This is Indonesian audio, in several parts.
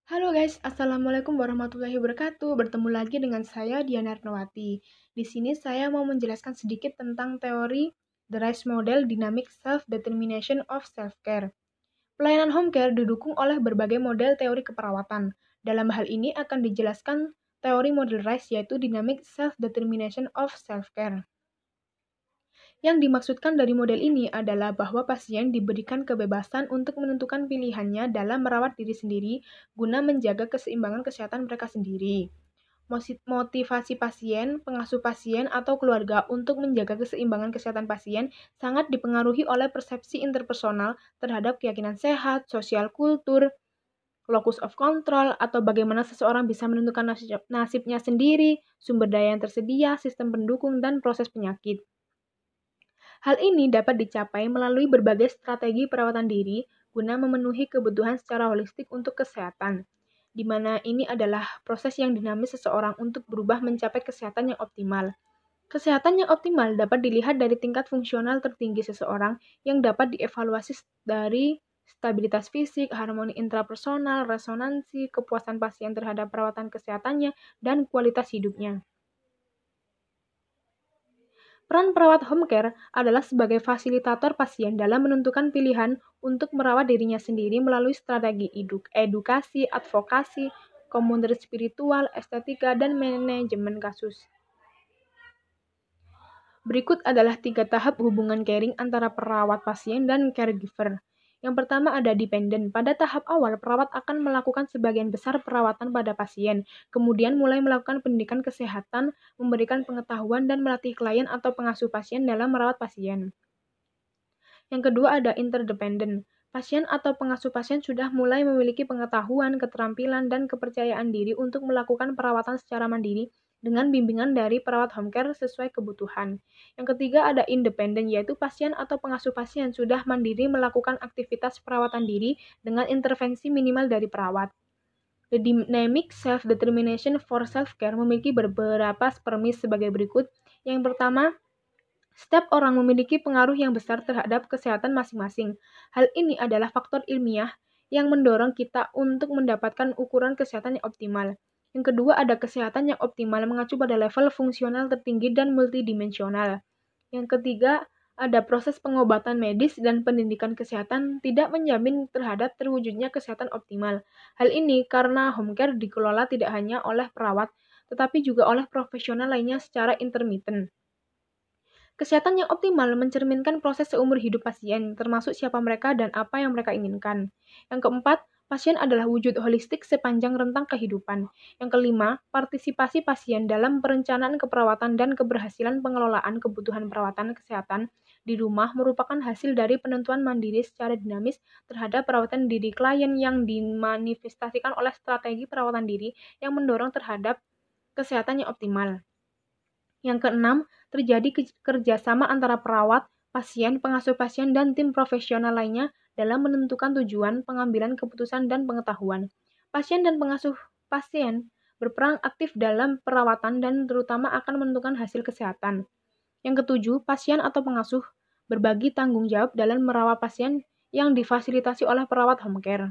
Halo guys, Assalamualaikum warahmatullahi wabarakatuh. Bertemu lagi dengan saya Diana Arnawati. Di sini saya mau menjelaskan sedikit tentang teori The Rice Model Dynamic Self-Determination of Self-Care. Pelayanan home care didukung oleh berbagai model teori keperawatan. Dalam hal ini akan dijelaskan teori model Rice yaitu Dynamic Self-Determination of Self-Care. Yang dimaksudkan dari model ini adalah bahwa pasien diberikan kebebasan untuk menentukan pilihannya dalam merawat diri sendiri guna menjaga keseimbangan kesehatan mereka sendiri. Motivasi pasien, pengasuh pasien, atau keluarga untuk menjaga keseimbangan kesehatan pasien sangat dipengaruhi oleh persepsi interpersonal terhadap keyakinan sehat, sosial kultur, locus of control, atau bagaimana seseorang bisa menentukan nasibnya sendiri, sumber daya yang tersedia, sistem pendukung, dan proses penyakit. Hal ini dapat dicapai melalui berbagai strategi perawatan diri guna memenuhi kebutuhan secara holistik untuk kesehatan, di mana ini adalah proses yang dinamis seseorang untuk berubah mencapai kesehatan yang optimal. Kesehatan yang optimal dapat dilihat dari tingkat fungsional tertinggi seseorang yang dapat dievaluasi dari stabilitas fisik, harmoni intrapersonal, resonansi, kepuasan pasien terhadap perawatan kesehatannya, dan kualitas hidupnya. Peran perawat home care adalah sebagai fasilitator pasien dalam menentukan pilihan untuk merawat dirinya sendiri melalui strategi edukasi, advokasi, komunitas spiritual, estetika, dan manajemen kasus. Berikut adalah 3 tahap hubungan caring antara perawat pasien dan caregiver. Yang pertama ada dependent. Pada tahap awal, perawat akan melakukan sebagian besar perawatan pada pasien, kemudian mulai melakukan pendidikan kesehatan, memberikan pengetahuan, dan melatih klien atau pengasuh pasien dalam merawat pasien. Yang kedua ada interdependent. Pasien atau pengasuh pasien sudah mulai memiliki pengetahuan, keterampilan, dan kepercayaan diri untuk melakukan perawatan secara mandiri dengan bimbingan dari perawat home care sesuai kebutuhan. Yang ketiga ada independen, yaitu pasien atau pengasuh pasien sudah mandiri melakukan aktivitas perawatan diri dengan intervensi minimal dari perawat. The Dynamic Self-Determination for Self-Care memiliki beberapa premis sebagai berikut. Yang pertama, setiap orang memiliki pengaruh yang besar terhadap kesehatan masing-masing. Hal ini adalah faktor ilmiah yang mendorong kita untuk mendapatkan ukuran kesehatan yang optimal. Yang kedua ada kesehatan yang optimal mengacu pada level fungsional tertinggi dan multidimensional. Yang ketiga ada proses pengobatan medis dan pendidikan kesehatan tidak menjamin terhadap terwujudnya kesehatan optimal. Hal ini karena home care dikelola tidak hanya oleh perawat, tetapi juga oleh profesional lainnya secara intermittent. Kesehatan yang optimal mencerminkan proses seumur hidup pasien, termasuk siapa mereka dan apa yang mereka inginkan. Yang keempat, pasien adalah wujud holistik sepanjang rentang kehidupan. Yang kelima, partisipasi pasien dalam perencanaan keperawatan dan keberhasilan pengelolaan kebutuhan perawatan kesehatan di rumah merupakan hasil dari penentuan mandiri secara dinamis terhadap perawatan diri klien yang dimanifestasikan oleh strategi perawatan diri yang mendorong terhadap kesehatan yang optimal. Yang keenam, terjadi kerjasama antara perawat, pasien, pengasuh pasien, dan tim profesional lainnya dalam menentukan tujuan, pengambilan keputusan, dan pengetahuan. Pasien dan pengasuh pasien berperan aktif dalam perawatan dan terutama akan menentukan hasil kesehatan. Yang ketujuh, pasien atau pengasuh berbagi tanggung jawab dalam merawat pasien yang difasilitasi oleh perawat home care.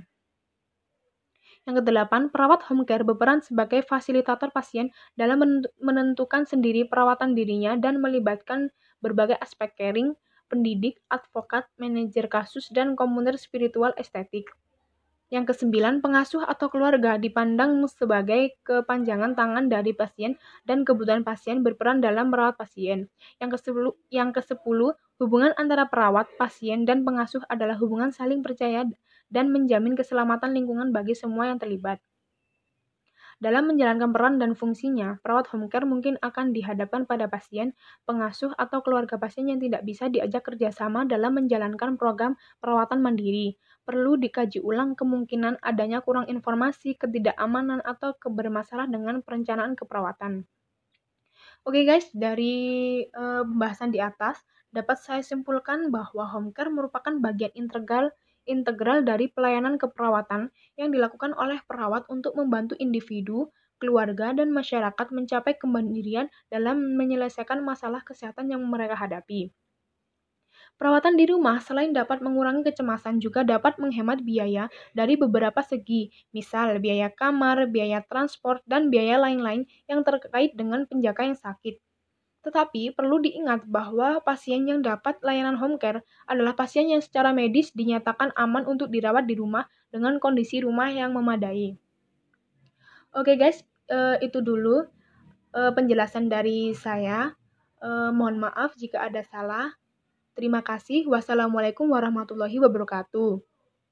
Yang kedelapan, perawat home care berperan sebagai fasilitator pasien dalam menentukan sendiri perawatan dirinya dan melibatkan berbagai aspek caring, pendidik, advokat, manajer kasus, dan komunitas spiritual estetik. Yang kesembilan, pengasuh atau keluarga dipandang sebagai kepanjangan tangan dari pasien dan kebutuhan pasien berperan dalam merawat pasien. Yang kesepuluh, hubungan antara perawat, pasien, dan pengasuh adalah hubungan saling percaya dan menjamin keselamatan lingkungan bagi semua yang terlibat. Dalam menjalankan peran dan fungsinya, perawat home care mungkin akan dihadapkan pada pasien, pengasuh, atau keluarga pasien yang tidak bisa diajak kerjasama dalam menjalankan program perawatan mandiri. Perlu dikaji ulang kemungkinan adanya kurang informasi, ketidakamanan, atau kebermasalah dengan perencanaan keperawatan. Oke guys, dari pembahasan di atas, dapat saya simpulkan bahwa home care merupakan bagian integral dari pelayanan keperawatan yang dilakukan oleh perawat untuk membantu individu, keluarga, dan masyarakat mencapai kemandirian dalam menyelesaikan masalah kesehatan yang mereka hadapi. Perawatan di rumah selain dapat mengurangi kecemasan juga dapat menghemat biaya dari beberapa segi, misal biaya kamar, biaya transport, dan biaya lain-lain yang terkait dengan penjaga yang sakit. Tetapi perlu diingat bahwa pasien yang dapat layanan home care adalah pasien yang secara medis dinyatakan aman untuk dirawat di rumah dengan kondisi rumah yang memadai. Oke guys, itu dulu penjelasan dari saya. Mohon maaf jika ada salah. Terima kasih. Wassalamualaikum warahmatullahi wabarakatuh.